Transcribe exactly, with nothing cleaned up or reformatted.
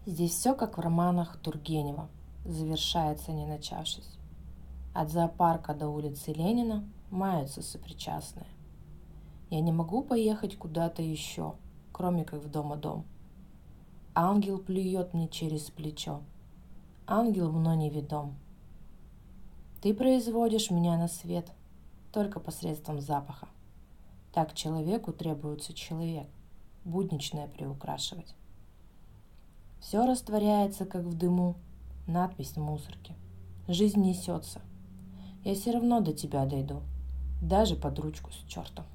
Здесь все как в романах Тургенева, завершается не начавшись. От зоопарка до улицы Ленина маются сопричастные. Я не могу поехать куда-то еще, кроме как в дома-дом. Ангел плюет мне через плечо, ангел мной неведом. Ты производишь меня на свет только посредством запаха. Так человеку требуется человек, будничное приукрашивать. Все растворяется, как в дыму, надпись в мусорке. Жизнь несется. Я все равно до тебя дойду, даже под ручку с чертом.